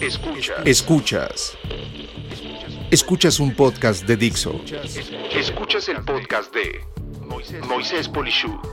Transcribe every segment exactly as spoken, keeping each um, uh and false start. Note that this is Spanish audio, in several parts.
Escuchas. Escuchas. Escuchas un podcast de Dixo. Escuchas el podcast de Moisés Polishuk.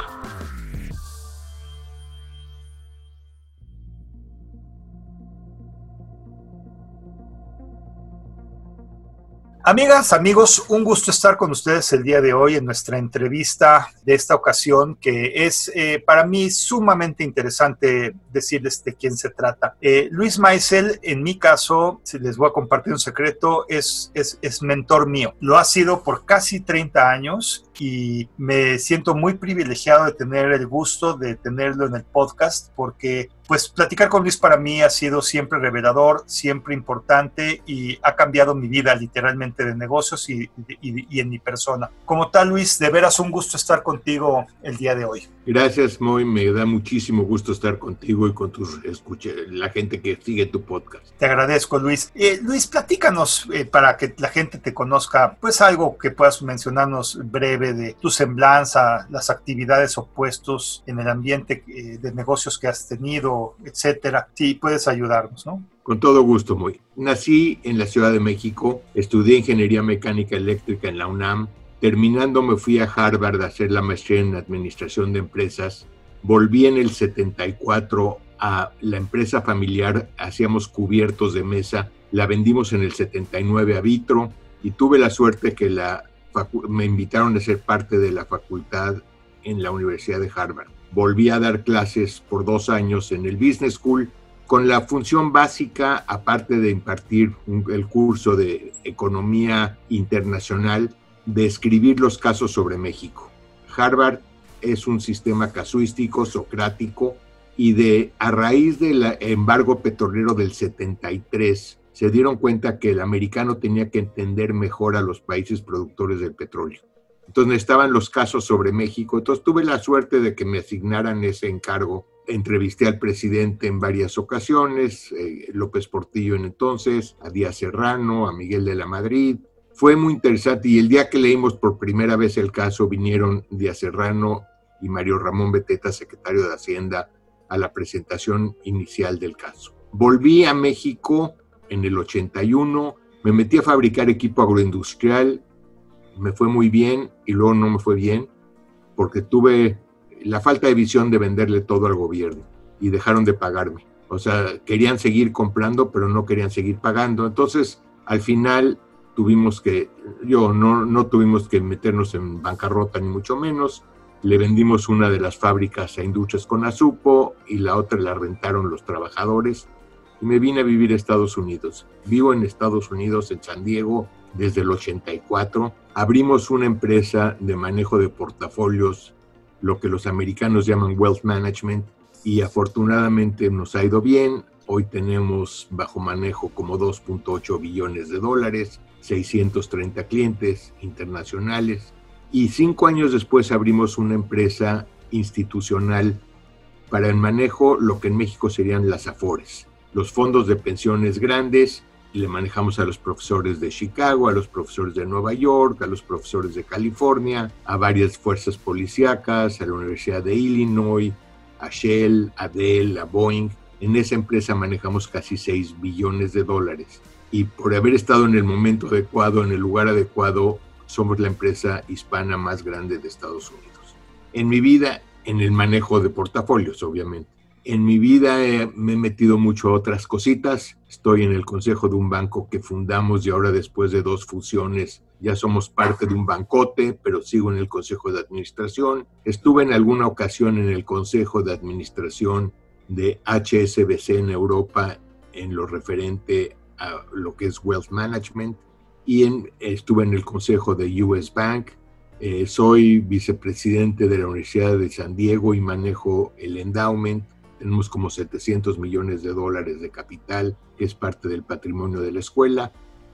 Amigas, amigos, un gusto estar con ustedes el día de hoy en nuestra entrevista de esta ocasión, que es eh, para mí sumamente interesante decirles de quién se trata. Eh, Luis Maisel, en mi caso, si les voy a compartir un secreto, es, es, es mentor mío. Lo ha sido por casi treinta años y me siento muy privilegiado de tener el gusto de tenerlo en el podcast, porque pues platicar con Luis para mí ha sido siempre revelador, siempre importante y ha cambiado mi vida literalmente de negocios y, y, y en mi persona. Como tal, Luis, de veras un gusto estar contigo el día de hoy. Gracias, Moy, me da muchísimo gusto estar contigo y con tus escucha, la gente que sigue tu podcast. Te agradezco, Luis. Eh, Luis, platícanos eh, para que la gente te conozca, pues algo que puedas mencionarnos breve de tu semblanza, las actividades o puestos en el ambiente eh, de negocios que has tenido, etcétera. Sí, puedes ayudarnos, ¿no? Con todo gusto, Moy. Nací en la Ciudad de México, estudié Ingeniería Mecánica Eléctrica en la UNAM. Terminando me fui a Harvard a hacer la maestría en Administración de Empresas. Volví en el setenta y cuatro a la empresa familiar, hacíamos cubiertos de mesa, la vendimos en el setenta y nueve a Vitro y tuve la suerte que la facu- me invitaron a ser parte de la facultad en la Universidad de Harvard. Volví a dar clases por dos años en el Business School con la función básica, aparte de impartir un, el curso de Economía Internacional, de escribir los casos sobre México. Harvard es un sistema casuístico, socrático, y de, a raíz del embargo petrolero del setenta y tres, se dieron cuenta que el americano tenía que entender mejor a los países productores del petróleo. Entonces necesitaban los casos sobre México. Entonces tuve la suerte de que me asignaran ese encargo. Entrevisté al presidente en varias ocasiones, eh, López Portillo en entonces, a Díaz Serrano, a Miguel de la Madrid. Fue muy interesante y el día que leímos por primera vez el caso vinieron Díaz Serrano y Mario Ramón Beteta, secretario de Hacienda, a la presentación inicial del caso. Volví a México en el ochenta y uno, me metí a fabricar equipo agroindustrial, me fue muy bien y luego no me fue bien porque tuve la falta de visión de venderle todo al gobierno y dejaron de pagarme. O sea, querían seguir comprando, pero no querían seguir pagando. Entonces, al final tuvimos que, yo no, no tuvimos que meternos en bancarrota ni mucho menos. Le vendimos una de las fábricas a Industrias Conasupo y la otra la rentaron los trabajadores y me vine a vivir a Estados Unidos. Vivo en Estados Unidos, en San Diego, desde el ochenta y cuatro. Abrimos una empresa de manejo de portafolios, lo que los americanos llaman wealth management, y afortunadamente nos ha ido bien. Hoy tenemos bajo manejo como dos punto ocho billones de dólares, seiscientos treinta clientes internacionales, y cinco años después abrimos una empresa institucional para el manejo, lo que en México serían las AFORES, los fondos de pensiones grandes, y le manejamos a los profesores de Chicago, a los profesores de Nueva York, a los profesores de California, a varias fuerzas policíacas, a la Universidad de Illinois, a Shell, a Dell, a Boeing. En esa empresa manejamos casi seis billones de dólares. Y por haber estado en el momento adecuado, en el lugar adecuado, somos la empresa hispana más grande de Estados Unidos. En mi vida, en el manejo de portafolios, obviamente. En mi vida eh, me he metido mucho a otras cositas. Estoy en el consejo de un banco que fundamos y ahora después de dos fusiones ya somos parte de un bancote, pero sigo en el consejo de administración. Estuve en alguna ocasión en el consejo de administración de H S B C en Europa en lo referente a lo que es Wealth Management y en, estuve en el consejo de U S Bank. Eh, soy vicepresidente de la Universidad de San Diego y manejo el endowment. Tenemos como setecientos millones de dólares de capital, que es parte del patrimonio de la escuela.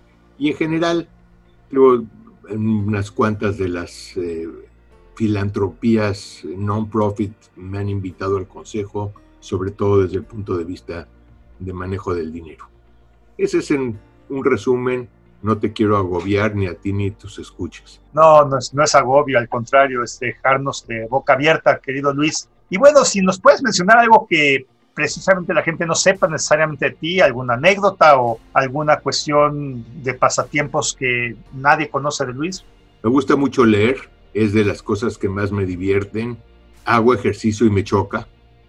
Y en general, luego, en unas cuantas de las eh, filantropías non-profit me han invitado al consejo, sobre todo desde el punto de vista de manejo del dinero. Ese es en un resumen. No te quiero agobiar ni a ti ni a tus escuchas. No, no es, no es agobio, al contrario, es dejarnos de boca abierta, querido Luis. Y bueno, si nos puedes mencionar algo que precisamente la gente no sepa necesariamente de ti, alguna anécdota o alguna cuestión de pasatiempos que nadie conoce de Luis? Me gusta mucho leer, es de las cosas que más me divierten. Hago ejercicio y me choca.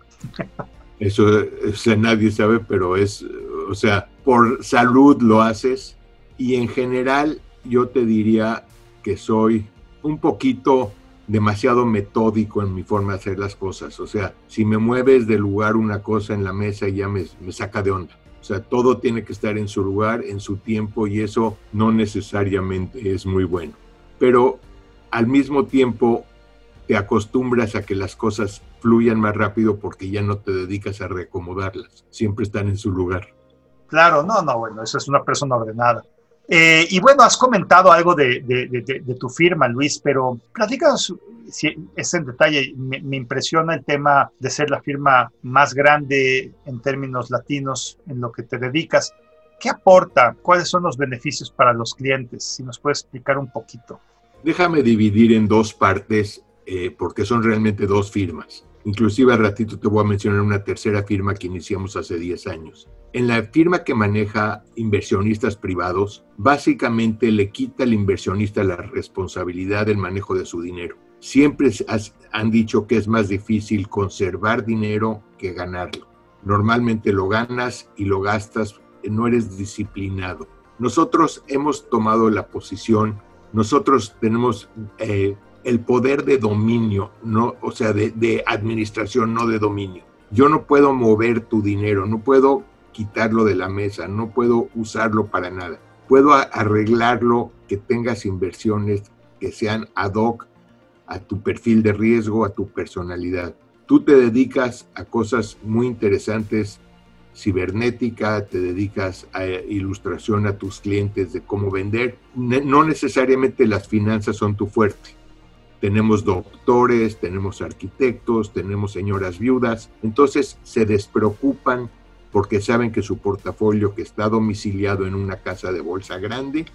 Eso, o sea, nadie sabe, pero es, o sea, por salud lo haces. Y en general yo te diría que soy un poquito demasiado metódico en mi forma de hacer las cosas. O sea, si me mueves de lugar una cosa en la mesa ya me, me saca de onda. O sea, todo tiene que estar en su lugar, en su tiempo, y eso no necesariamente es muy bueno. Pero al mismo tiempo te acostumbras a que las cosas fluyan más rápido porque ya no te dedicas a reacomodarlas. Siempre están en su lugar. Claro, no, no, bueno, eso es una persona ordenada. Eh, y bueno, has comentado algo de, de, de, de tu firma, Luis, pero platícanos, si es en detalle, me, me impresiona el tema de ser la firma más grande en términos latinos en lo que te dedicas. ¿Qué aporta? ¿Cuáles son los beneficios para los clientes? Si nos puedes explicar un poquito. Déjame dividir en dos partes, eh, porque son realmente dos firmas. Inclusive al ratito te voy a mencionar una tercera firma que iniciamos hace diez años. En la firma que maneja inversionistas privados, básicamente le quita al inversionista la responsabilidad del manejo de su dinero. Siempre has, han dicho que es más difícil conservar dinero que ganarlo. Normalmente lo ganas y lo gastas, no eres disciplinado. Nosotros hemos tomado la posición, nosotros tenemos eh, el poder de dominio, no, o sea, de, de administración, no de dominio. Yo no puedo mover tu dinero, no puedo quitarlo de la mesa, no puedo usarlo para nada. Puedo arreglarlo, que tengas inversiones que sean ad hoc a tu perfil de riesgo, a tu personalidad. Tú te dedicas a cosas muy interesantes, cibernética, te dedicas a ilustración a tus clientes de cómo vender. No necesariamente las finanzas son tu fuerte. Tenemos doctores, tenemos arquitectos, tenemos señoras viudas. Entonces se despreocupan porque saben que su portafolio, que está domiciliado en una casa de bolsa grande,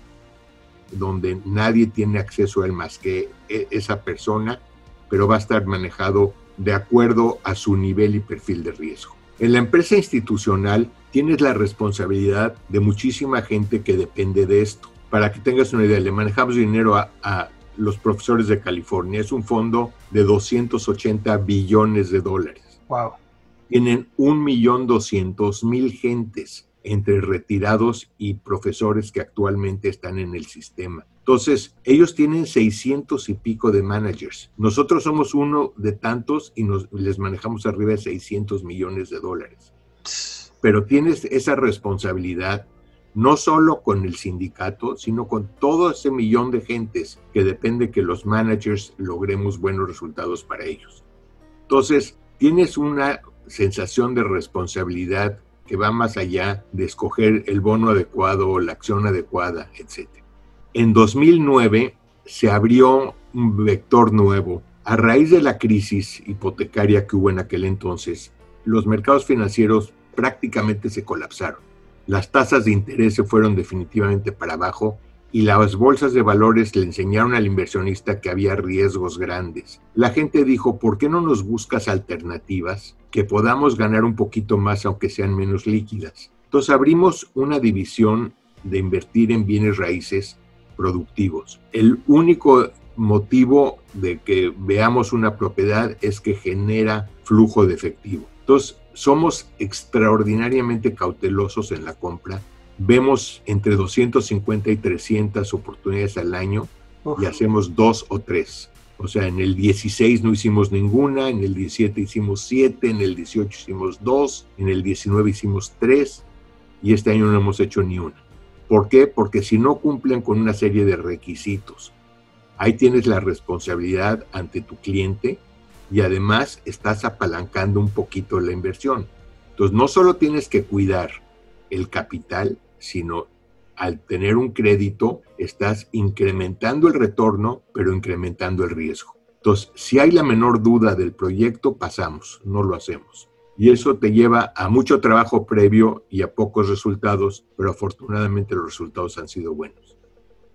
donde nadie tiene acceso a él más que esa persona, pero va a estar manejado de acuerdo a su nivel y perfil de riesgo. En la empresa institucional tienes la responsabilidad de muchísima gente que depende de esto. Para que tengas una idea, le manejamos dinero a, a los profesores de California. Es un fondo de doscientos ochenta billones de dólares. Wow. Tienen un millón doscientos mil gentes entre retirados y profesores que actualmente están en el sistema. Entonces, ellos tienen seiscientos y pico de managers. Nosotros somos uno de tantos y nos, les manejamos arriba de seiscientos millones de dólares. Pero tienes esa responsabilidad no solo con el sindicato, sino con todo ese millón de gentes que depende que los managers logremos buenos resultados para ellos. Entonces, tienes una sensación de responsabilidad que va más allá de escoger el bono adecuado o la acción adecuada, etcétera. En dos mil nueve se abrió un vector nuevo. A raíz de la crisis hipotecaria que hubo en aquel entonces, los mercados financieros prácticamente se colapsaron. Las tasas de interés se fueron definitivamente para abajo y las bolsas de valores le enseñaron al inversionista que había riesgos grandes. La gente dijo, ¿por qué no nos buscas alternativas que podamos ganar un poquito más aunque sean menos líquidas? Entonces abrimos una división de invertir en bienes raíces productivos. El único motivo de que veamos una propiedad es que genera flujo de efectivo. Entonces somos extraordinariamente cautelosos en la compra. Vemos entre doscientas cincuenta y trescientas oportunidades al año Uf. y hacemos dos o tres. O sea, en el dieciséis no hicimos ninguna, en el diecisiete hicimos siete, en el dieciocho hicimos dos, en el diecinueve hicimos tres y este año no hemos hecho ni una. ¿Por qué? Porque si no cumplen con una serie de requisitos, ahí tienes la responsabilidad ante tu cliente y además estás apalancando un poquito la inversión. Entonces, no solo tienes que cuidar el capital, sino al tener un crédito, estás incrementando el retorno, pero incrementando el riesgo. Entonces, si hay la menor duda del proyecto, pasamos, no lo hacemos. Y eso te lleva a mucho trabajo previo y a pocos resultados, pero afortunadamente los resultados han sido buenos.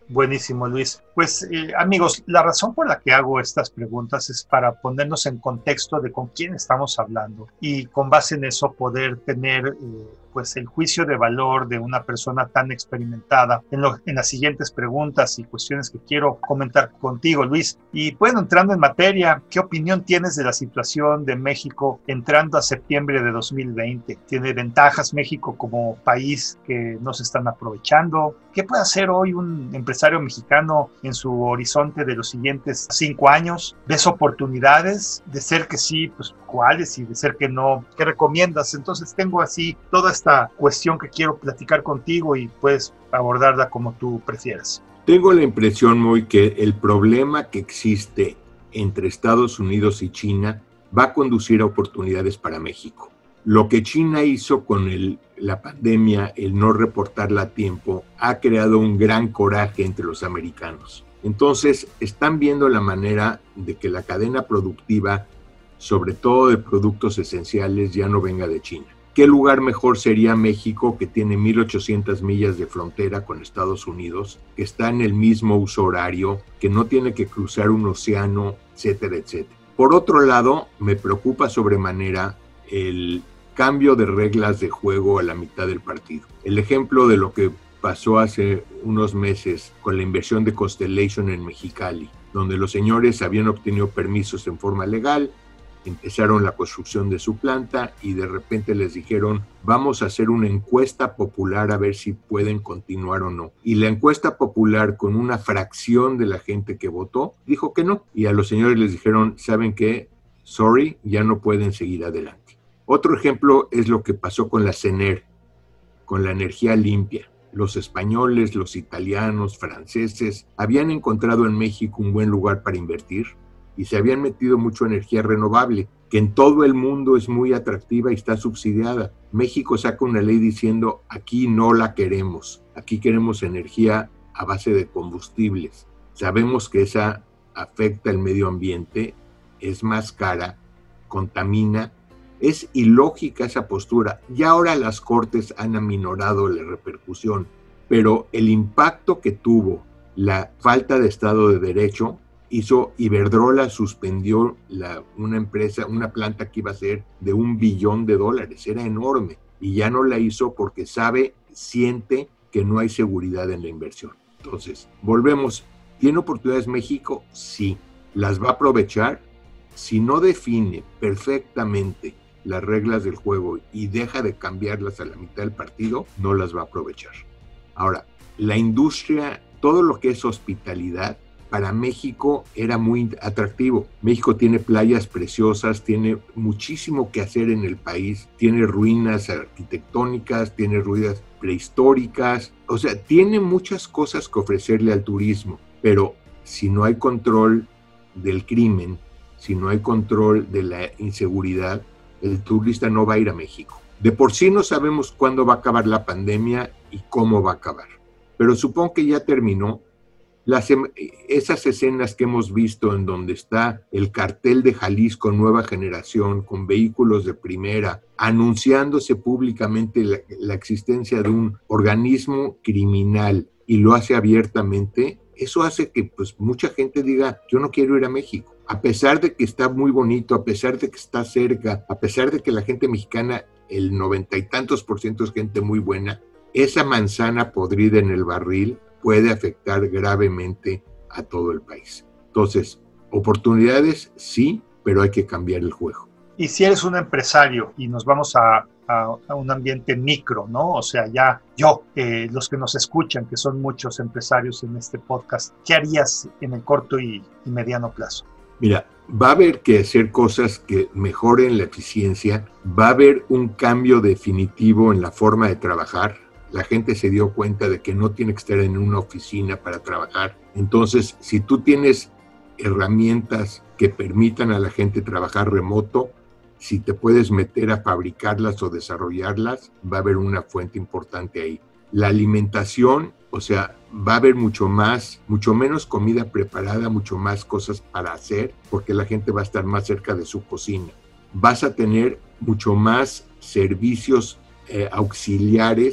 Buenísimo, Luis. Pues eh, amigos, la razón por la que hago estas preguntas es para ponernos en contexto de con quién estamos hablando y con base en eso poder tener eh, pues el juicio de valor de una persona tan experimentada en, lo, en las siguientes preguntas y cuestiones que quiero comentar contigo, Luis. Y bueno, entrando en materia, ¿qué opinión tienes de la situación de México entrando a septiembre de dos mil veinte? ¿Tiene ventajas México como país que no se están aprovechando? ¿Qué puede hacer hoy un empresario mexicano en su horizonte de los siguientes cinco años? ¿Ves oportunidades? De ser que sí, pues cuáles, y de ser que no, ¿qué recomiendas? Entonces tengo así toda esta cuestión que quiero platicar contigo y puedes abordarla como tú prefieras. Tengo la impresión, muy que el problema que existe entre Estados Unidos y China va a conducir a oportunidades para México. Lo que China hizo con el, la pandemia, el no reportarla a tiempo, ha creado un gran coraje entre los americanos. Entonces, están viendo la manera de que la cadena productiva, sobre todo de productos esenciales, ya no venga de China. ¿Qué lugar mejor sería México, que tiene mil ochocientas millas de frontera con Estados Unidos, que está en el mismo uso horario, que no tiene que cruzar un océano, etcétera, etcétera? Por otro lado, me preocupa sobremanera el cambio de reglas de juego a la mitad del partido. El ejemplo de lo que pasó hace unos meses con la inversión de Constellation en Mexicali, donde los señores habían obtenido permisos en forma legal, empezaron la construcción de su planta y de repente les dijeron, vamos a hacer una encuesta popular a ver si pueden continuar o no. Y la encuesta popular, con una fracción de la gente que votó, dijo que no. Y a los señores les dijeron, ¿saben qué? Sorry, ya no pueden seguir adelante. Otro ejemplo es lo que pasó con la CENER, con la energía limpia. Los españoles, los italianos, franceses, habían encontrado en México un buen lugar para invertir y se habían metido mucho en energía renovable, que en todo el mundo es muy atractiva y está subsidiada. México saca una ley diciendo, aquí no la queremos, aquí queremos energía a base de combustibles. Sabemos que esa afecta el medio ambiente, es más cara, contamina. Es ilógica esa postura. Ya ahora las Cortes han aminorado la repercusión, pero el impacto que tuvo la falta de Estado de Derecho hizo, Iberdrola suspendió la, una empresa, una planta que iba a ser de un billón de dólares, era enorme, y ya no la hizo porque sabe, siente que no hay seguridad en la inversión. Entonces, volvemos, ¿tiene oportunidades México? Sí. ¿Las va a aprovechar? Si no define perfectamente las reglas del juego y deja de cambiarlas a la mitad del partido, no las va a aprovechar. Ahora, la industria, todo lo que es hospitalidad, para México era muy atractivo. México tiene playas preciosas, tiene muchísimo que hacer en el país, tiene ruinas arquitectónicas, tiene ruinas prehistóricas, o sea, tiene muchas cosas que ofrecerle al turismo, pero si no hay control del crimen, si no hay control de la inseguridad, el turista no va a ir a México. De por sí no sabemos cuándo va a acabar la pandemia y cómo va a acabar, pero supongo que ya terminó. Las, esas escenas que hemos visto en donde está el cartel de Jalisco Nueva Generación con vehículos de primera, anunciándose públicamente la, la existencia de un organismo criminal y lo hace abiertamente, eso hace que pues, mucha gente diga, yo no quiero ir a México. A pesar de que está muy bonito, a pesar de que está cerca, a pesar de que la gente mexicana, el noventa y tantos por ciento es gente muy buena, esa manzana podrida en el barril puede afectar gravemente a todo el país. Entonces, oportunidades sí, pero hay que cambiar el juego. Y si eres un empresario y nos vamos a, a, a un ambiente micro, ¿no? O sea, ya yo, eh, los que nos escuchan, que son muchos empresarios en este podcast, ¿qué harías en el corto y, y mediano plazo? Mira, va a haber que hacer cosas que mejoren la eficiencia, va a haber un cambio definitivo en la forma de trabajar. La gente se dio cuenta de que no tiene que estar en una oficina para trabajar. Entonces, si tú tienes herramientas que permitan a la gente trabajar remoto, si te puedes meter a fabricarlas o desarrollarlas, va a haber una fuente importante ahí. La alimentación, o sea, va a haber mucho más, mucho menos comida preparada, mucho más cosas para hacer, porque la gente va a estar más cerca de su cocina. Vas a tener mucho más servicios eh, auxiliares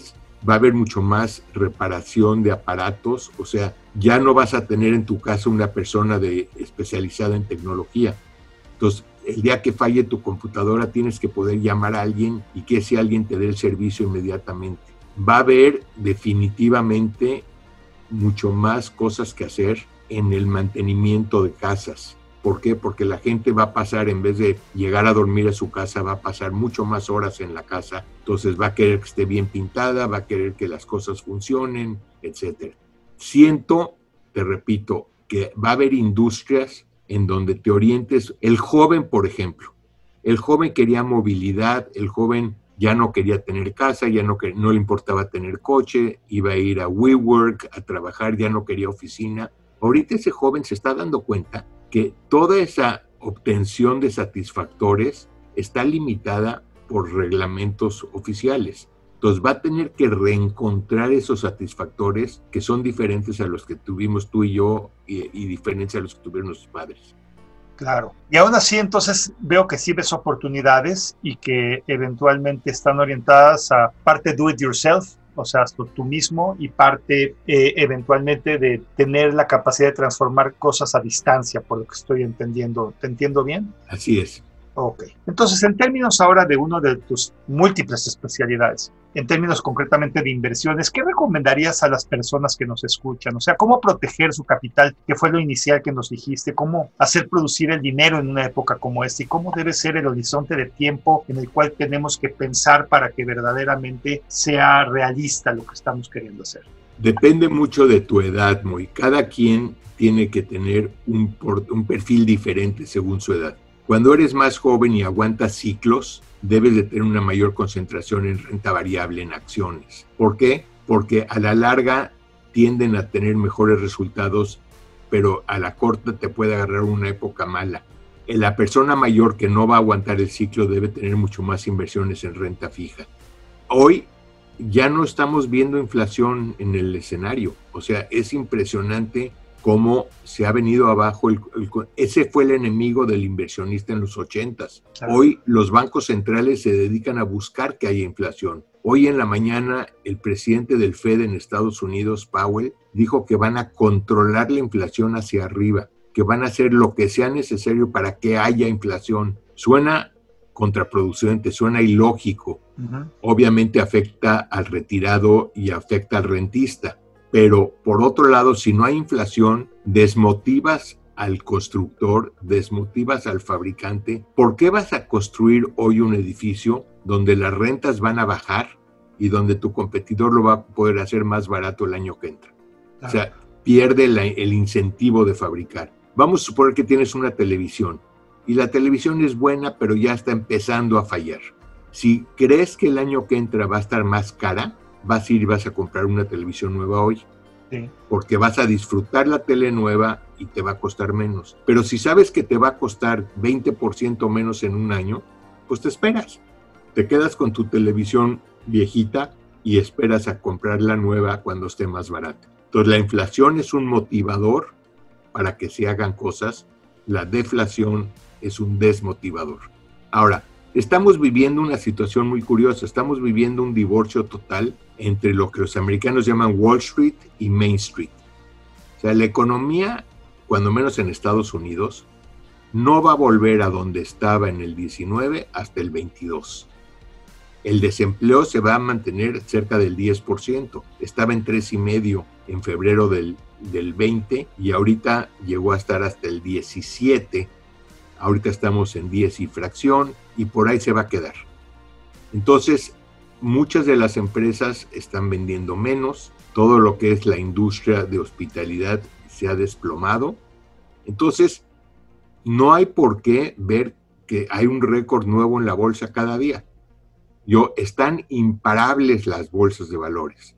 va a haber mucho más reparación de aparatos, o sea, ya no vas a tener en tu casa una persona de, especializada en tecnología. Entonces, el día que falle tu computadora tienes que poder llamar a alguien y que ese alguien te dé el servicio inmediatamente. Va a haber definitivamente mucho más cosas que hacer en el mantenimiento de casas. ¿Por qué? Porque la gente va a pasar, en vez de llegar a dormir a su casa, va a pasar mucho más horas en la casa. Entonces va a querer que esté bien pintada, va a querer que las cosas funcionen, etcétera. Siento, te repito, que va a haber industrias en donde te orientes. El joven, por ejemplo, el joven quería movilidad, el joven ya no quería tener casa, ya no, no le importaba tener coche, iba a ir a WeWork a trabajar, ya no quería oficina. Ahorita ese joven se está dando cuenta que toda esa obtención de satisfactores está limitada por reglamentos oficiales. Entonces va a tener que reencontrar esos satisfactores que son diferentes a los que tuvimos tú y yo y, y diferentes a los que tuvieron nuestros padres. Claro. Y aún así, entonces, veo que sí ves oportunidades y que eventualmente están orientadas a parte do it yourself, o sea, tú mismo, y parte eh, eventualmente de tener la capacidad de transformar cosas a distancia, por lo que estoy entendiendo. ¿Te entiendo bien? Así es. Ok. Entonces, en términos ahora de una de tus múltiples especialidades, en términos concretamente de inversiones, ¿qué recomendarías a las personas que nos escuchan? O sea, ¿cómo proteger su capital, que fue lo inicial que nos dijiste? ¿Cómo hacer producir el dinero en una época como esta? ¿Y cómo debe ser el horizonte de tiempo en el cual tenemos que pensar para que verdaderamente sea realista lo que estamos queriendo hacer? Depende mucho de tu edad, Moy. Cada quien tiene que tener un, un perfil diferente según su edad. Cuando eres más joven y aguantas ciclos, debes de tener una mayor concentración en renta variable, en acciones. ¿Por qué? Porque a la larga tienden a tener mejores resultados, pero a la corta te puede agarrar una época mala. La persona mayor que no va a aguantar el ciclo debe tener mucho más inversiones en renta fija. Hoy ya no estamos viendo inflación en el escenario. O sea, es impresionante cómo se ha venido abajo. El, el, ese fue el enemigo del inversionista en los ochentas. Claro. Hoy los bancos centrales se dedican a buscar que haya inflación. Hoy en la mañana el presidente del Fed en Estados Unidos, Powell, dijo que van a controlar la inflación hacia arriba, que van a hacer lo que sea necesario para que haya inflación. Suena contraproducente, suena ilógico. Uh-huh. Obviamente afecta al retirado y afecta al rentista. Pero, por otro lado, si no hay inflación, desmotivas al constructor, desmotivas al fabricante. ¿Por qué vas a construir hoy un edificio donde las rentas van a bajar y donde tu competidor lo va a poder hacer más barato el año que entra? Claro. O sea, pierde la, el incentivo de fabricar. Vamos a suponer que tienes una televisión y la televisión es buena, pero ya está empezando a fallar. Si crees que el año que entra va a estar más cara, vas a ir y vas a comprar una televisión nueva hoy. Sí. Porque vas a disfrutar la tele nueva y te va a costar menos. Pero si sabes que te va a costar veinte por ciento menos en un año, pues te esperas. Te quedas con tu televisión viejita y esperas a comprar la nueva cuando esté más barata. Entonces la inflación es un motivador para que se hagan cosas. La deflación es un desmotivador. Ahora, estamos viviendo una situación muy curiosa. Estamos viviendo un divorcio total entre lo que los americanos llaman Wall Street y Main Street. O sea, la economía, cuando menos en Estados Unidos, no va a volver a donde estaba en el diecinueve hasta el veintidós. El desempleo se va a mantener cerca del diez por ciento. Estaba en tres y medio en febrero del, del veinte y ahorita llegó a estar hasta el diecisiete. Ahorita estamos en diez y fracción y por ahí se va a quedar. Entonces, muchas de las empresas están vendiendo menos. Todo lo que es la industria de hospitalidad se ha desplomado. Entonces, no hay por qué ver que hay un récord nuevo en la bolsa cada día. Yo, están imparables las bolsas de valores.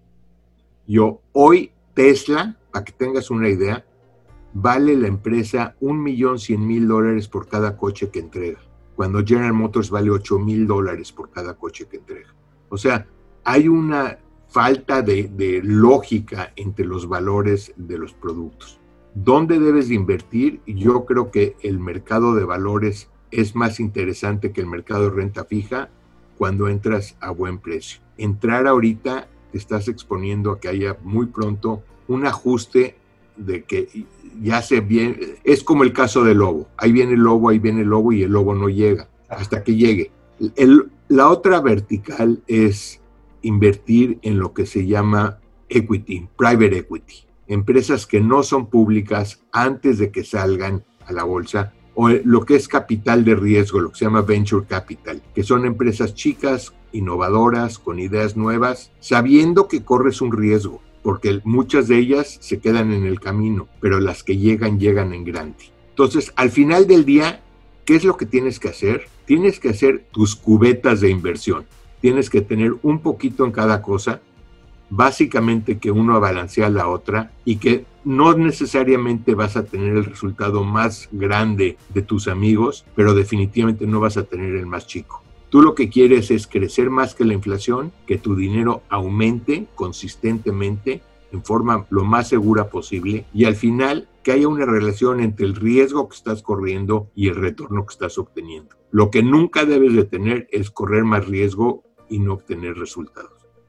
Yo, hoy Tesla, para que tengas una idea, vale la empresa un millón cien mil dólares por cada coche que entrega, cuando General Motors vale ocho mil dólares por cada coche que entrega. O sea, hay una falta de, de lógica entre los valores de los productos. ¿Dónde debes de invertir? Yo creo que el mercado de valores es más interesante que el mercado de renta fija cuando entras a buen precio. Entrar ahorita te estás exponiendo a que haya muy pronto un ajuste de que ya se viene, es como el caso del lobo, ahí viene el lobo, ahí viene el lobo y el lobo no llega hasta que llegue. El, la otra vertical es invertir en lo que se llama equity, private equity, empresas que no son públicas antes de que salgan a la bolsa, o lo que es capital de riesgo, lo que se llama venture capital, que son empresas chicas, innovadoras, con ideas nuevas, sabiendo que corres un riesgo, porque muchas de ellas se quedan en el camino, pero las que llegan, llegan en grande. Entonces, al final del día, ¿qué es lo que tienes que hacer? Tienes que hacer tus cubetas de inversión. Tienes que tener un poquito en cada cosa, básicamente que uno balancea la otra y que no necesariamente vas a tener el resultado más grande de tus amigos, pero definitivamente no vas a tener el más chico. Tú lo que quieres es crecer más que la inflación, que tu dinero aumente consistentemente en forma lo más segura posible y al final que haya una relación entre el riesgo que estás corriendo y el retorno que estás obteniendo. Lo que nunca debes de tener es correr más riesgo y no obtener resultados.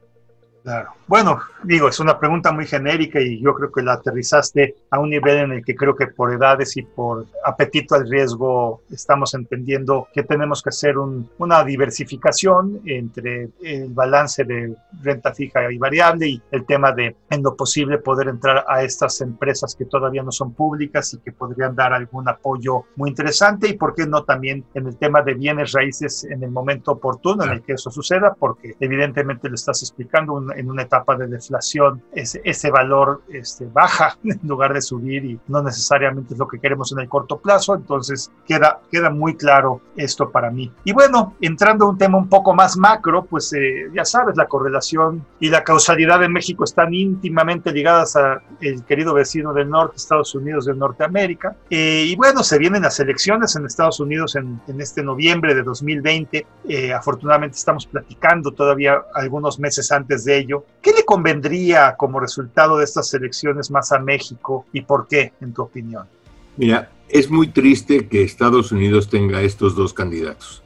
Claro. Bueno, digo, es una pregunta muy genérica y yo creo que la aterrizaste a un nivel en el que creo que por edades y por apetito al riesgo estamos entendiendo que tenemos que hacer un, una diversificación entre el balance de renta fija y variable y el tema de, en lo posible, poder entrar a estas empresas que todavía no son públicas y que podrían dar algún apoyo muy interesante y, por qué no, también en el tema de bienes raíces en el momento oportuno en el que eso suceda, porque evidentemente le estás explicando un en una etapa de deflación, ese, ese valor este, baja en lugar de subir y no necesariamente es lo que queremos en el corto plazo, entonces queda, queda muy claro esto para mí. Y bueno, entrando a un tema un poco más macro, pues eh, ya sabes, la correlación y la causalidad en México están íntimamente ligadas al querido vecino del norte, Estados Unidos de Norteamérica, eh, y bueno, se vienen las elecciones en Estados Unidos en, en este noviembre de dos mil veinte, eh, afortunadamente estamos platicando todavía algunos meses antes de ello. ¿Qué le convendría como resultado de estas elecciones más a México y por qué, en tu opinión? Mira, es muy triste que Estados Unidos tenga estos dos candidatos.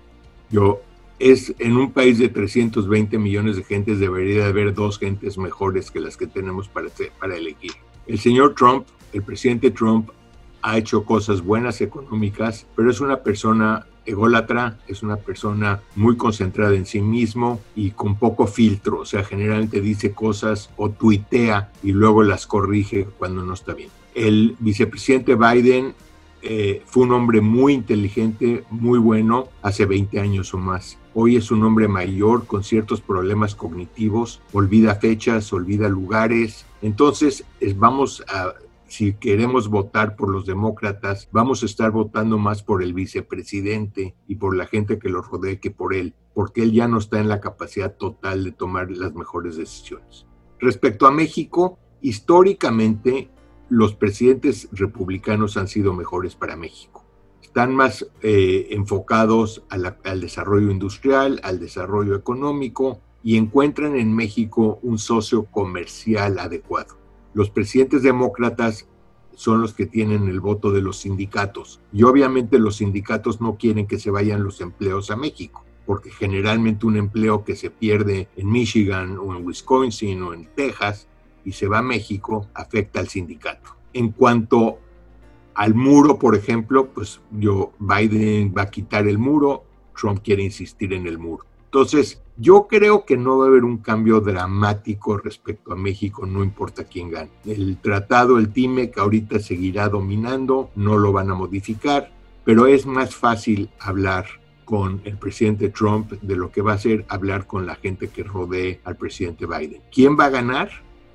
Yo, es en un país de trescientos veinte millones de gentes debería haber dos gentes mejores que las que tenemos para, para elegir. El señor Trump, el presidente Trump, ha hecho cosas buenas económicas, pero es una persona ególatra, es una persona muy concentrada en sí mismo y con poco filtro, o sea, generalmente dice cosas o tuitea y luego las corrige cuando no está bien. El vicepresidente Biden eh, fue un hombre muy inteligente, muy bueno, hace veinte años o más. Hoy es un hombre mayor con ciertos problemas cognitivos, olvida fechas, olvida lugares. Entonces, es, vamos a... Si queremos votar por los demócratas, vamos a estar votando más por el vicepresidente y por la gente que lo rodee que por él, porque él ya no está en la capacidad total de tomar las mejores decisiones. Respecto a México, históricamente los presidentes republicanos han sido mejores para México. Están más eh, enfocados a la, al desarrollo industrial, al desarrollo económico y encuentran en México un socio comercial adecuado. Los presidentes demócratas son los que tienen el voto de los sindicatos y obviamente los sindicatos no quieren que se vayan los empleos a México, porque generalmente un empleo que se pierde en Michigan o en Wisconsin o en Texas y se va a México afecta al sindicato. En cuanto al muro, por ejemplo, pues yo, Biden va a quitar el muro, Trump quiere insistir en el muro. Entonces, yo creo que no va a haber un cambio dramático respecto a México, no importa quién gane. El tratado, el T M E C, ahorita seguirá dominando, no lo van a modificar, pero es más fácil hablar con el presidente Trump de lo que va a ser hablar con la gente que rodee al presidente Biden. ¿Quién va a ganar?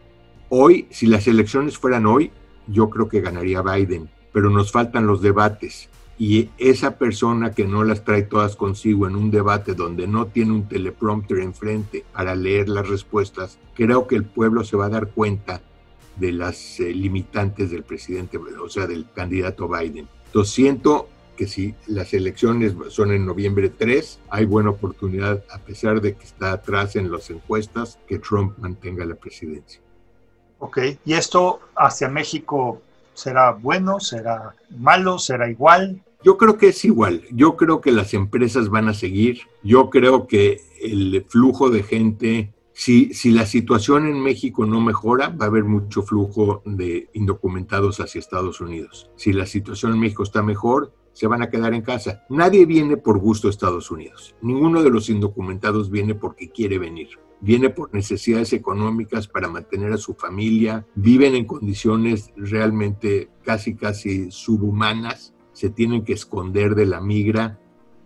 Hoy, si las elecciones fueran hoy, yo creo que ganaría Biden, pero nos faltan los debates. Y esa persona que no las trae todas consigo en un debate donde no tiene un teleprompter enfrente para leer las respuestas, creo que el pueblo se va a dar cuenta de las eh, limitantes del presidente, o sea, del candidato Biden. Entonces siento que si las elecciones son en noviembre tres, hay buena oportunidad, a pesar de que está atrás en las encuestas, que Trump mantenga la presidencia. Ok, ¿y esto hacia México será bueno, será malo, será igual? Yo creo que es igual. Yo creo que las empresas van a seguir. Yo creo que el flujo de gente Si, si la situación en México no mejora, va a haber mucho flujo de indocumentados hacia Estados Unidos. Si la situación en México está mejor, se van a quedar en casa. Nadie viene por gusto a Estados Unidos. Ninguno de los indocumentados viene porque quiere venir. Viene por necesidades económicas para mantener a su familia. Viven en condiciones realmente casi, casi subhumanas. Se tienen que esconder de la migra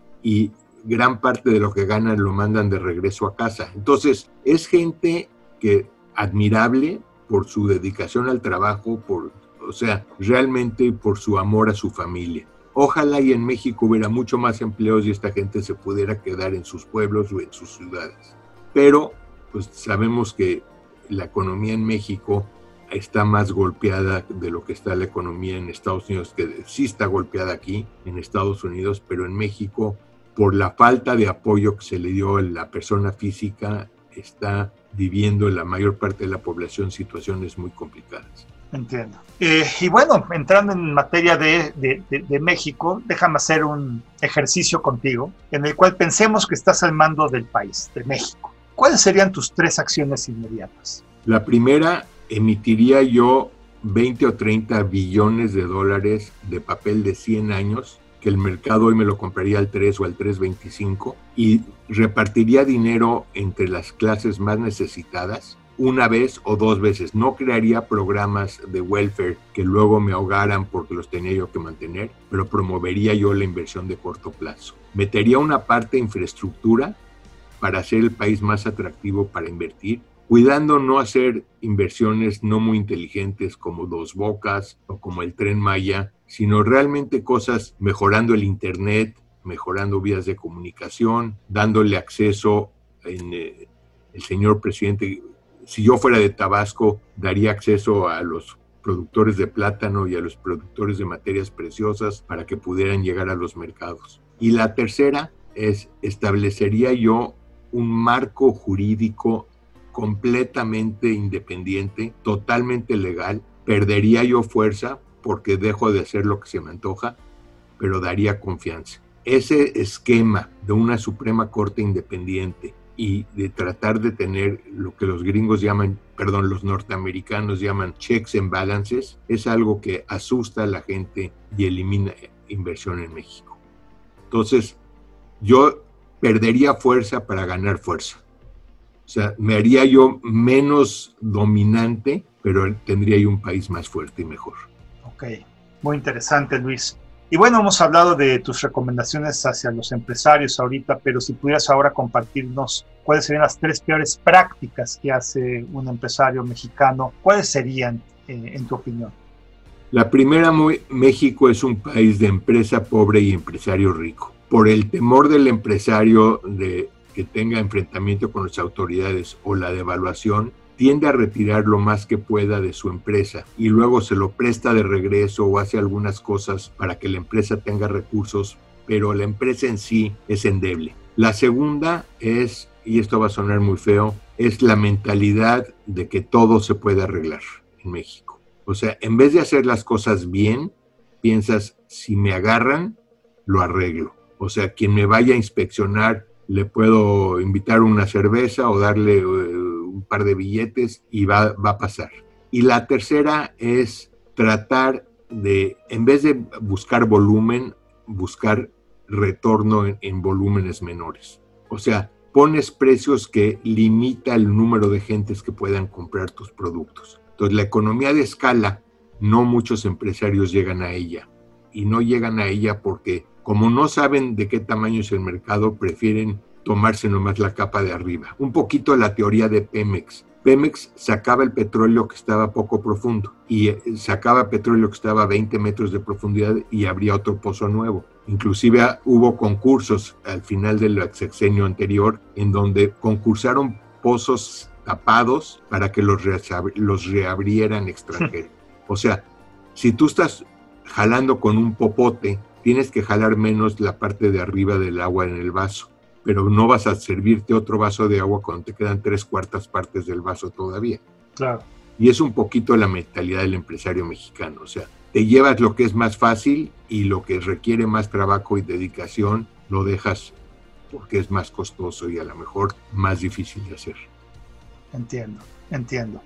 y gran parte de lo que ganan lo mandan de regreso a casa. Entonces, es gente que admirable por su dedicación al trabajo, por, o sea, realmente por su amor a su familia. Ojalá y en México hubiera mucho más empleos y esta gente se pudiera quedar en sus pueblos o en sus ciudades. Pero, pues sabemos que la economía en México está más golpeada de lo que está la economía en Estados Unidos, que sí está golpeada aquí en Estados Unidos, pero en México, por la falta de apoyo que se le dio a la persona física, está viviendo la mayor parte de la población situaciones muy complicadas. Entiendo. Eh, y bueno, entrando en materia de, de, de, de México, déjame hacer un ejercicio contigo en el cual pensemos que estás al mando del país, de México. ¿Cuáles serían tus tres acciones inmediatas? La primera, emitiría yo veinte o treinta billones de dólares de papel de cien años, que el mercado hoy me lo compraría al tres o al tres veinticinco, y repartiría dinero entre las clases más necesitadas una vez o dos veces. No crearía programas de welfare que luego me ahogaran porque los tenía yo que mantener, pero promovería yo la inversión de corto plazo. Metería una parte de infraestructura para hacer el país más atractivo para invertir, cuidando no hacer inversiones no muy inteligentes como Dos Bocas o como el Tren Maya, sino realmente cosas mejorando el internet, mejorando vías de comunicación, dándole acceso. En, eh, el señor presidente, si yo fuera de Tabasco, daría acceso a los productores de plátano y a los productores de materias preciosas para que pudieran llegar a los mercados. Y la tercera es, establecería yo un marco jurídico completamente independiente, totalmente legal. Perdería yo fuerza porque dejo de hacer lo que se me antoja, pero daría confianza. Ese esquema de una Suprema Corte independiente y de tratar de tener lo que los gringos llaman, perdón, los norteamericanos llaman checks and balances, es algo que asusta a la gente y elimina inversión en México. Entonces, yo perdería fuerza para ganar fuerza. O sea, me haría yo menos dominante, pero tendría yo un país más fuerte y mejor. Ok, muy interesante, Luis. Y bueno, hemos hablado de tus recomendaciones hacia los empresarios ahorita, pero si pudieras ahora compartirnos cuáles serían las tres peores prácticas que hace un empresario mexicano, ¿cuáles serían, eh, en tu opinión? La primera, muy, México es un país de empresa pobre y empresario rico. Por el temor del empresario de que tenga enfrentamiento con las autoridades o la devaluación, tiende a retirar lo más que pueda de su empresa y luego se lo presta de regreso o hace algunas cosas para que la empresa tenga recursos, pero la empresa en sí es endeble. La segunda es, y esto va a sonar muy feo, es la mentalidad de que todo se puede arreglar en México. O sea, en vez de hacer las cosas bien, piensas, si me agarran, lo arreglo. O sea, quien me vaya a inspeccionar, le puedo invitar una cerveza o darle uh, un par de billetes y va, va a pasar. Y la tercera es tratar de, en vez de buscar volumen, buscar retorno en, en volúmenes menores. O sea, pones precios que limita el número de gentes que puedan comprar tus productos. Entonces, la economía de escala, no muchos empresarios llegan a ella. Y no llegan a ella porque, como no saben de qué tamaño es el mercado, prefieren tomarse nomás la capa de arriba. Un poquito la teoría de Pemex. Pemex sacaba el petróleo que estaba poco profundo y sacaba petróleo que estaba a veinte metros de profundidad y abría otro pozo nuevo. Inclusive hubo concursos al final del sexenio anterior en donde concursaron pozos tapados para que los, reab- los reabrieran extranjeros. O sea, si tú estás jalando con un popote, tienes que jalar menos la parte de arriba del agua en el vaso, pero no vas a servirte otro vaso de agua cuando te quedan tres cuartas partes del vaso todavía. Claro. Y es un poquito la mentalidad del empresario mexicano, o sea, te llevas lo que es más fácil y lo que requiere más trabajo y dedicación lo dejas porque es más costoso y a lo mejor más difícil de hacer. Entiendo, entiendo.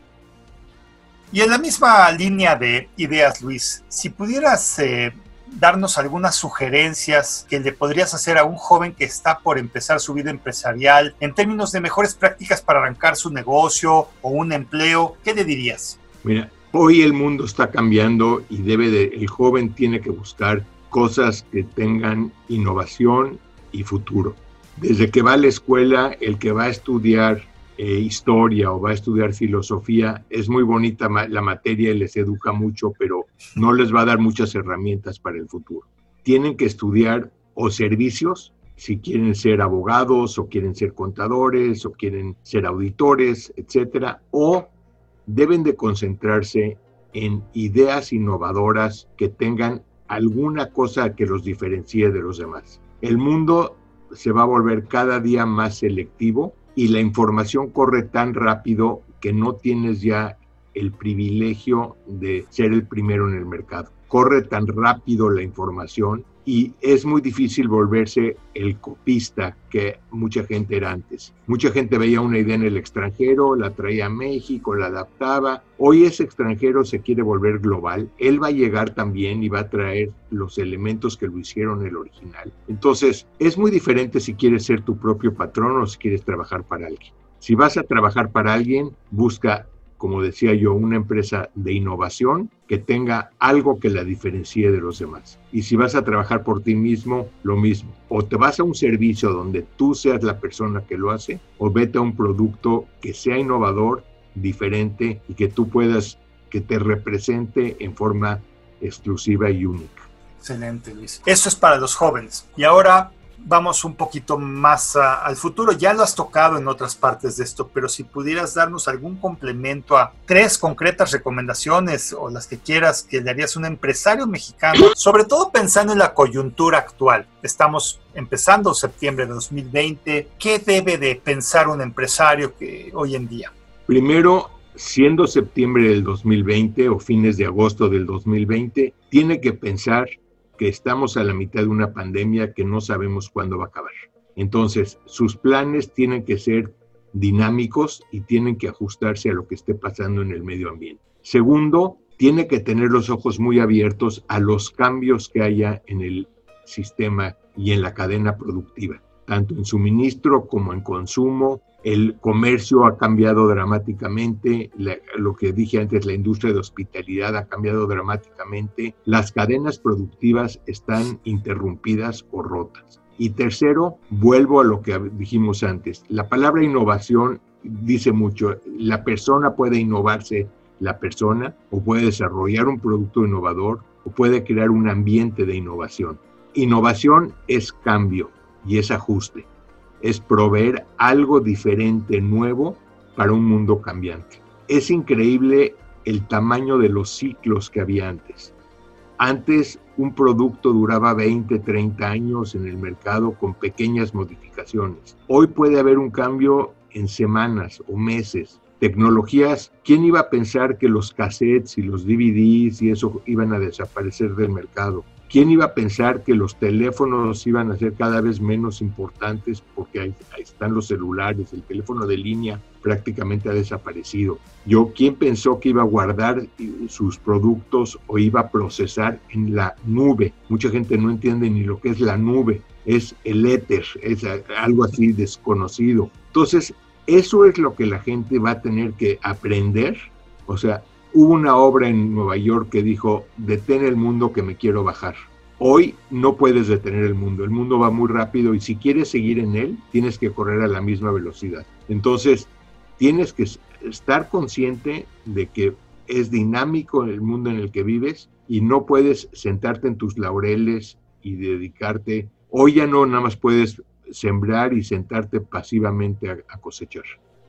Y en la misma línea de ideas, Luis, si pudieras eh, darnos algunas sugerencias que le podrías hacer a un joven que está por empezar su vida empresarial en términos de mejores prácticas para arrancar su negocio o un empleo, ¿qué le dirías? Mira, hoy el mundo está cambiando y debe de, el joven tiene que buscar cosas que tengan innovación y futuro. Desde que va a la escuela, el que va a estudiar eh, historia o va a estudiar filosofía, es muy bonita ma- la materia y les educa mucho, pero no les va a dar muchas herramientas para el futuro. Tienen que estudiar o servicios, si quieren ser abogados o quieren ser contadores o quieren ser auditores, etcétera, o deben de concentrarse en ideas innovadoras que tengan alguna cosa que los diferencie de los demás. El mundo se va a volver cada día más selectivo y la información corre tan rápido que no tienes ya el privilegio de ser el primero en el mercado. Corre tan rápido la información y es muy difícil volverse el copista que mucha gente era antes. Mucha gente veía una idea en el extranjero, la traía a México, la adaptaba. Hoy ese extranjero se quiere volver global. Él va a llegar también y va a traer los elementos que lo hicieron el original. Entonces, es muy diferente si quieres ser tu propio patrón o si quieres trabajar para alguien. Si vas a trabajar para alguien, busca, como decía yo, una empresa de innovación que tenga algo que la diferencie de los demás. Y si vas a trabajar por ti mismo, lo mismo. O te vas a un servicio donde tú seas la persona que lo hace, o vete a un producto que sea innovador, diferente y que tú puedas, que te represente en forma exclusiva y única. Excelente, Luis. Eso es para los jóvenes. Y ahora vamos un poquito más a, al futuro. Ya lo has tocado en otras partes de esto, pero si pudieras darnos algún complemento a tres concretas recomendaciones o las que quieras que le harías a un empresario mexicano, sobre todo pensando en la coyuntura actual. Estamos empezando septiembre de dos mil veinte. ¿Qué debe de pensar un empresario que hoy en día? Primero, siendo septiembre del dos mil veinte o fines de agosto del dos mil veinte, tiene que pensar que estamos a la mitad de una pandemia que no sabemos cuándo va a acabar. Entonces, sus planes tienen que ser dinámicos y tienen que ajustarse a lo que esté pasando en el medio ambiente. Segundo, tiene que tener los ojos muy abiertos a los cambios que haya en el sistema y en la cadena productiva, tanto en suministro como en consumo. El comercio ha cambiado dramáticamente, la, lo que dije antes, la industria de hospitalidad ha cambiado dramáticamente, las cadenas productivas están interrumpidas o rotas. Y tercero, vuelvo a lo que dijimos antes, la palabra innovación dice mucho, la persona puede innovarse, la persona, o puede desarrollar un producto innovador, o puede crear un ambiente de innovación. Innovación es cambio y es ajuste. Es proveer algo diferente, nuevo, para un mundo cambiante. Es increíble el tamaño de los ciclos que había antes. Antes, un producto duraba veinte, treinta años en el mercado con pequeñas modificaciones. Hoy puede haber un cambio en semanas o meses. Tecnologías, ¿quién iba a pensar que los cassettes y los D V Ds y eso iban a desaparecer del mercado? ¿Quién iba a pensar que los teléfonos iban a ser cada vez menos importantes porque ahí, ahí están los celulares, el teléfono de línea prácticamente ha desaparecido? Yo, ¿quién pensó que iba a guardar sus productos o iba a procesar en la nube? Mucha gente no entiende ni lo que es la nube, es el éter, es algo así desconocido. Entonces, eso es lo que la gente va a tener que aprender. O sea, hubo una obra en Nueva York que dijo, detén el mundo que me quiero bajar. Hoy no puedes detener el mundo, el mundo va muy rápido y si quieres seguir en él, tienes que correr a la misma velocidad. Entonces, tienes que estar consciente de que es dinámico el mundo en el que vives y no puedes sentarte en tus laureles y dedicarte. Hoy ya no nada más puedes sembrar y sentarte pasivamente a, a cosechar.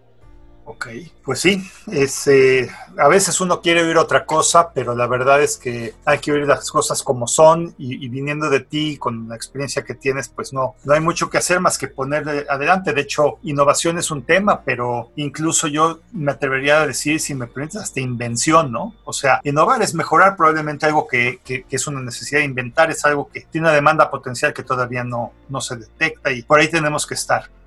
Ok, pues sí, es, eh, a veces uno quiere oír otra cosa, pero la verdad es que hay que oír las cosas como son y, y viniendo de ti, con la experiencia que tienes, pues no, no hay mucho que hacer más que poner adelante. De hecho, innovación es un tema, pero incluso yo me atrevería a decir, si me permites, hasta invención, ¿no? O sea, innovar es mejorar probablemente algo que, que, que es una necesidad, inventar es algo que tiene una demanda potencial que todavía no, no se detecta y por ahí tenemos que estar.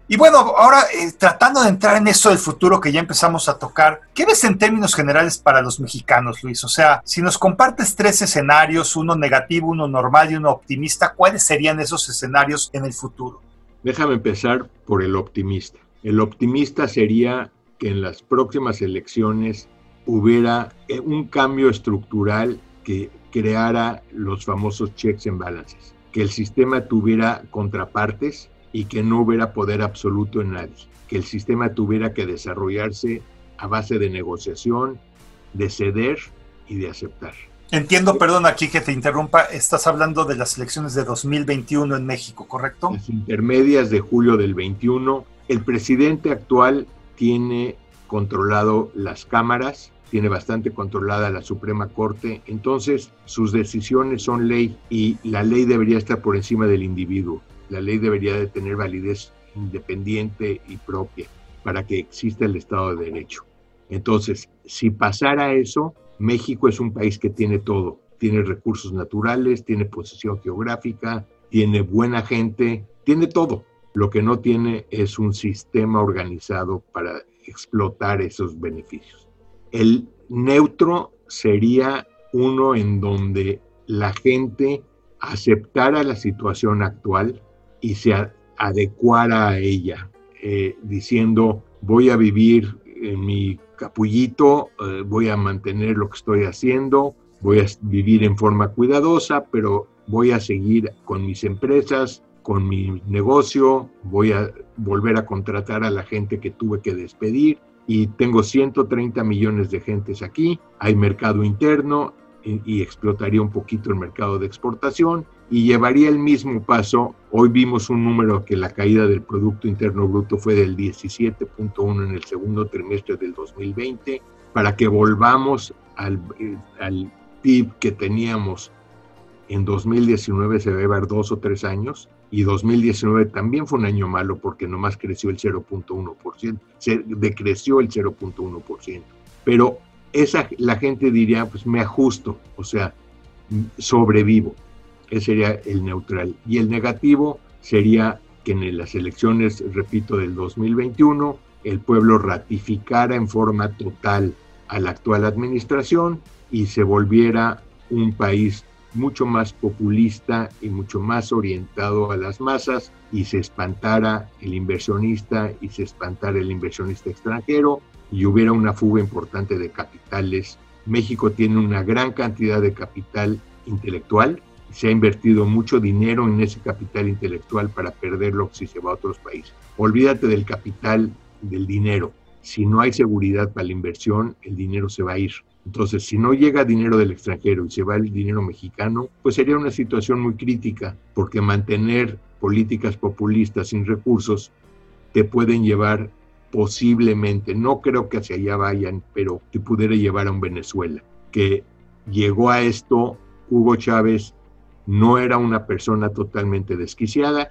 Y bueno, ahora eh, tratando de entrar en eso del futuro que ya empezamos a tocar, ¿qué ves en términos generales para los mexicanos, Luis? O sea, si nos compartes tres escenarios, uno negativo, uno normal y uno optimista, ¿cuáles serían esos escenarios en el futuro? Déjame empezar por el optimista. El optimista sería que en las próximas elecciones hubiera un cambio estructural que creara los famosos checks and balances, que el sistema tuviera contrapartes y que no hubiera poder absoluto en nadie, que el sistema tuviera que desarrollarse a base de negociación, de ceder y de aceptar. Entiendo, perdón aquí que te interrumpa, estás hablando de las elecciones de dos mil veintiuno en México, ¿correcto? Las intermedias de julio del veintiuno, el presidente actual tiene controlado las cámaras, tiene bastante controlada la Suprema Corte, entonces sus decisiones son ley y la ley debería estar por encima del individuo. La ley debería de tener validez independiente y propia para que exista el Estado de Derecho. Entonces, si pasara eso, México es un país que tiene todo. Tiene recursos naturales, tiene posición geográfica, tiene buena gente, tiene todo. Lo que no tiene es un sistema organizado para explotar esos beneficios. El neutro sería uno en donde la gente aceptara la situación actual y se adecuara a ella, eh, diciendo voy a vivir en mi capullito, eh, voy a mantener lo que estoy haciendo, voy a vivir en forma cuidadosa, pero voy a seguir con mis empresas, con mi negocio, voy a volver a contratar a la gente que tuve que despedir y tengo ciento treinta millones de gentes aquí, hay mercado interno y, y explotaría un poquito el mercado de exportación y llevaría el mismo paso. Hoy vimos un número que la caída del Producto Interno Bruto fue del diecisiete punto uno en el segundo trimestre del dos mil veinte, para que volvamos al, al P I B que teníamos en dos mil diecinueve, se va a llevar dos o tres años, y dos mil diecinueve también fue un año malo porque nomás creció el cero punto uno por ciento, se decreció el cero punto uno por ciento. Pero esa, la gente diría, pues me ajusto, o sea, sobrevivo. Ese sería el neutral. Y el negativo sería que en las elecciones, repito, del dos mil veintiuno, el pueblo ratificara en forma total a la actual administración y se volviera un país mucho más populista y mucho más orientado a las masas y se espantara el inversionista y se espantara el inversionista extranjero y hubiera una fuga importante de capitales. México tiene una gran cantidad de capital intelectual, se ha invertido mucho dinero en ese capital intelectual para perderlo si se va a otros países. Olvídate del capital, del dinero. Si no hay seguridad para la inversión, el dinero se va a ir. Entonces, si no llega dinero del extranjero y se va el dinero mexicano, pues sería una situación muy crítica, porque mantener políticas populistas sin recursos te pueden llevar posiblemente, no creo que hacia allá vayan, pero te pudiera llevar a un Venezuela, que llegó a esto. Hugo Chávez no era una persona totalmente desquiciada,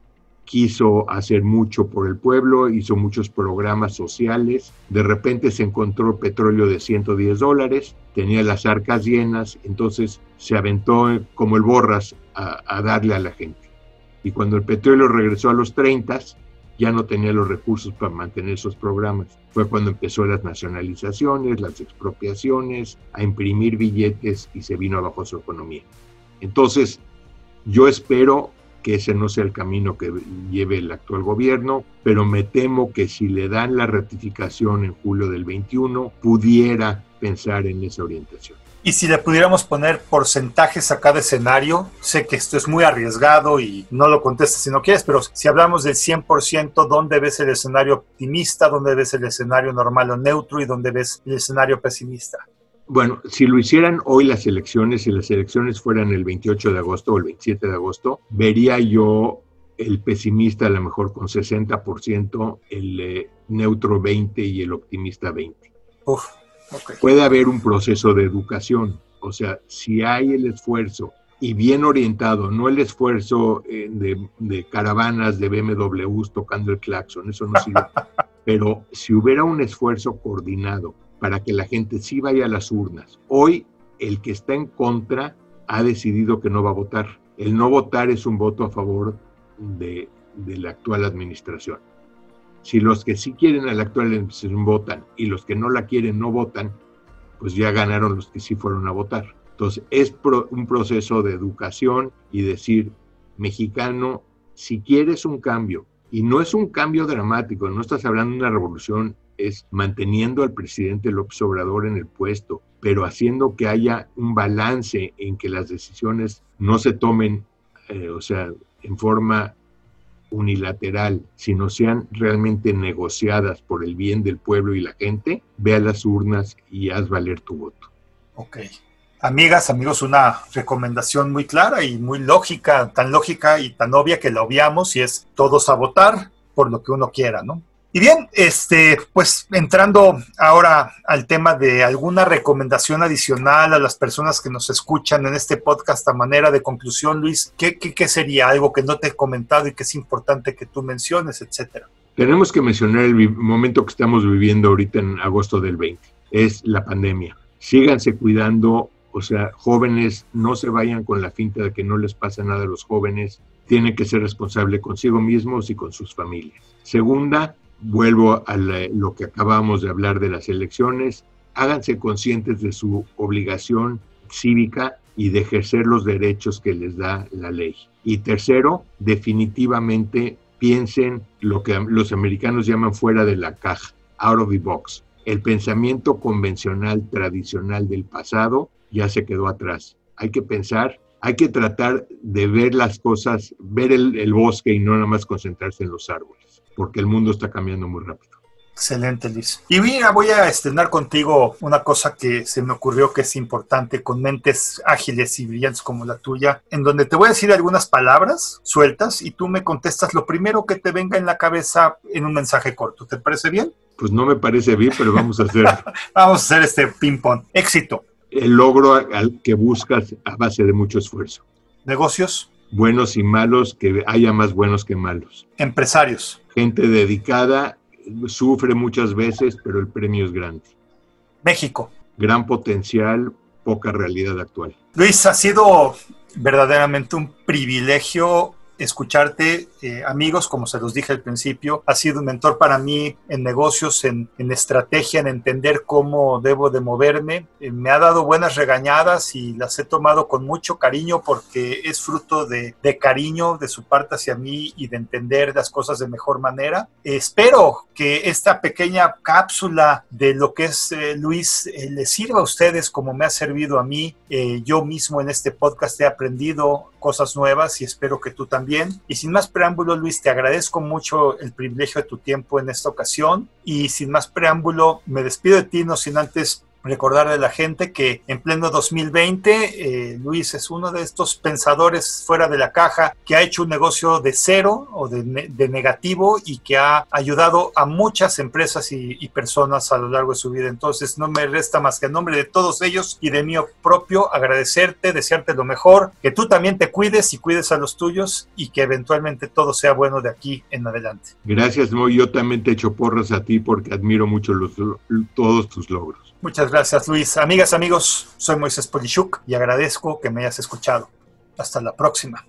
quiso hacer mucho por el pueblo, hizo muchos programas sociales, de repente se encontró petróleo de ciento diez dólares, tenía las arcas llenas, entonces se aventó como el Borras a, a darle a la gente. Y cuando el petróleo regresó a los treinta, ya no tenía los recursos para mantener esos programas. Fue cuando empezó las nacionalizaciones, las expropiaciones, a imprimir billetes y se vino abajo su economía. Entonces, yo espero que ese no sea el camino que lleve el actual gobierno, pero me temo que si le dan la ratificación en julio del veintiuno, pudiera pensar en esa orientación. Y si le pudiéramos poner porcentajes a cada escenario, sé que esto es muy arriesgado y no lo contestes si no quieres, pero si hablamos del cien por ciento, ¿dónde ves el escenario optimista? ¿Dónde ves el escenario normal o neutro? ¿Y dónde ves el escenario pesimista? Bueno, si lo hicieran hoy las elecciones, si las elecciones fueran el veintiocho de agosto o el veintisiete de agosto, vería yo el pesimista a lo mejor con sesenta por ciento, el eh, neutro veinte por ciento y el optimista veinte por ciento. Uf, okay. Puede haber un proceso de educación, o sea, si hay el esfuerzo y bien orientado, no el esfuerzo eh, de, de caravanas de B M Ws tocando el claxon, eso no sirve, pero si hubiera un esfuerzo coordinado para que la gente sí vaya a las urnas. Hoy, el que está en contra ha decidido que no va a votar. El no votar es un voto a favor de, de la actual administración. Si los que sí quieren a la actual administración votan y los que no la quieren no votan, pues ya ganaron los que sí fueron a votar. Entonces es pro, un proceso de educación y decir, mexicano, si quieres un cambio, y no es un cambio dramático, no estás hablando de una revolución, es manteniendo al presidente López Obrador en el puesto, pero haciendo que haya un balance en que las decisiones no se tomen, eh, o sea, en forma unilateral, sino sean realmente negociadas por el bien del pueblo y la gente, ve a las urnas y haz valer tu voto. Ok. Amigas, amigos, una recomendación muy clara y muy lógica, tan lógica y tan obvia que la obviamos, y es todos a votar por lo que uno quiera, ¿no? Y bien, este, pues entrando ahora al tema de alguna recomendación adicional a las personas que nos escuchan en este podcast a manera de conclusión, Luis, ¿qué, qué, qué sería algo que no te he comentado y que es importante que tú menciones, etcétera? Tenemos que mencionar el vi- momento que estamos viviendo ahorita en agosto del veinte, es la pandemia. Síganse cuidando, o sea, jóvenes, no se vayan con la finta de que no les pasa nada a los jóvenes, tienen que ser responsables consigo mismos y con sus familias. Segunda, vuelvo a la, lo que acabamos de hablar de las elecciones, háganse conscientes de su obligación cívica y de ejercer los derechos que les da la ley. Y tercero, definitivamente piensen lo que los americanos llaman fuera de la caja, out of the box. El pensamiento convencional, tradicional del pasado ya se quedó atrás. Hay que pensar, hay que tratar de ver las cosas, ver el, el bosque y no nada más concentrarse en los árboles, porque el mundo está cambiando muy rápido. Excelente, Luis. Y mira, voy a estrenar contigo una cosa que se me ocurrió que es importante con mentes ágiles y brillantes como la tuya, en donde te voy a decir algunas palabras sueltas y tú me contestas lo primero que te venga en la cabeza en un mensaje corto. ¿Te parece bien? Pues no me parece bien, pero vamos a hacer... vamos a hacer este ping-pong. Éxito. El logro al que buscas a base de mucho esfuerzo. Negocios. Buenos y malos, que haya más buenos que malos. Empresarios. Gente dedicada, sufre muchas veces, pero el premio es grande. México. Gran potencial, poca realidad actual. Luis, ha sido verdaderamente un privilegio escucharte, eh, amigos, como se los dije al principio, ha sido un mentor para mí en negocios, en, en estrategia, en entender cómo debo de moverme. Eh, me ha dado buenas regañadas y las he tomado con mucho cariño porque es fruto de, de cariño de su parte hacia mí y de entender las cosas de mejor manera. Eh, espero que esta pequeña cápsula de lo que es eh, Luis eh, les sirva a ustedes como me ha servido a mí. Eh, yo mismo en este podcast he aprendido cosas nuevas y espero que tú también. Y sin más preámbulo, Luis, te agradezco mucho el privilegio de tu tiempo en esta ocasión y sin más preámbulo me despido de ti, no sin antes recordarle a la gente que en pleno dos mil veinte eh, Luis es uno de estos pensadores fuera de la caja que ha hecho un negocio de cero o de, ne- de negativo y que ha ayudado a muchas empresas y, y personas a lo largo de su vida. Entonces no me resta más que en nombre de todos ellos y de mí propio agradecerte, desearte lo mejor, que tú también te cuides y cuides a los tuyos y que eventualmente todo sea bueno de aquí en adelante. Gracias, Mo. Yo también te echo porras a ti porque admiro mucho los, todos tus logros. Muchas gracias, Luis. Amigas, amigos, soy Moisés Polishuk y agradezco que me hayas escuchado. Hasta la próxima.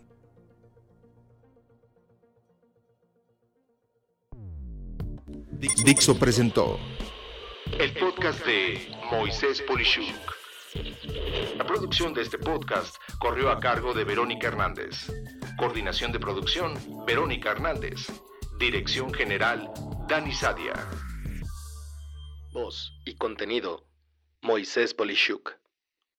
Dixo presentó el podcast de Moisés Polishuk. La producción de este podcast corrió a cargo de Verónica Hernández. Coordinación de producción, Verónica Hernández. Dirección general, Dani Sadia. Voz y contenido, Moisés Polishuk.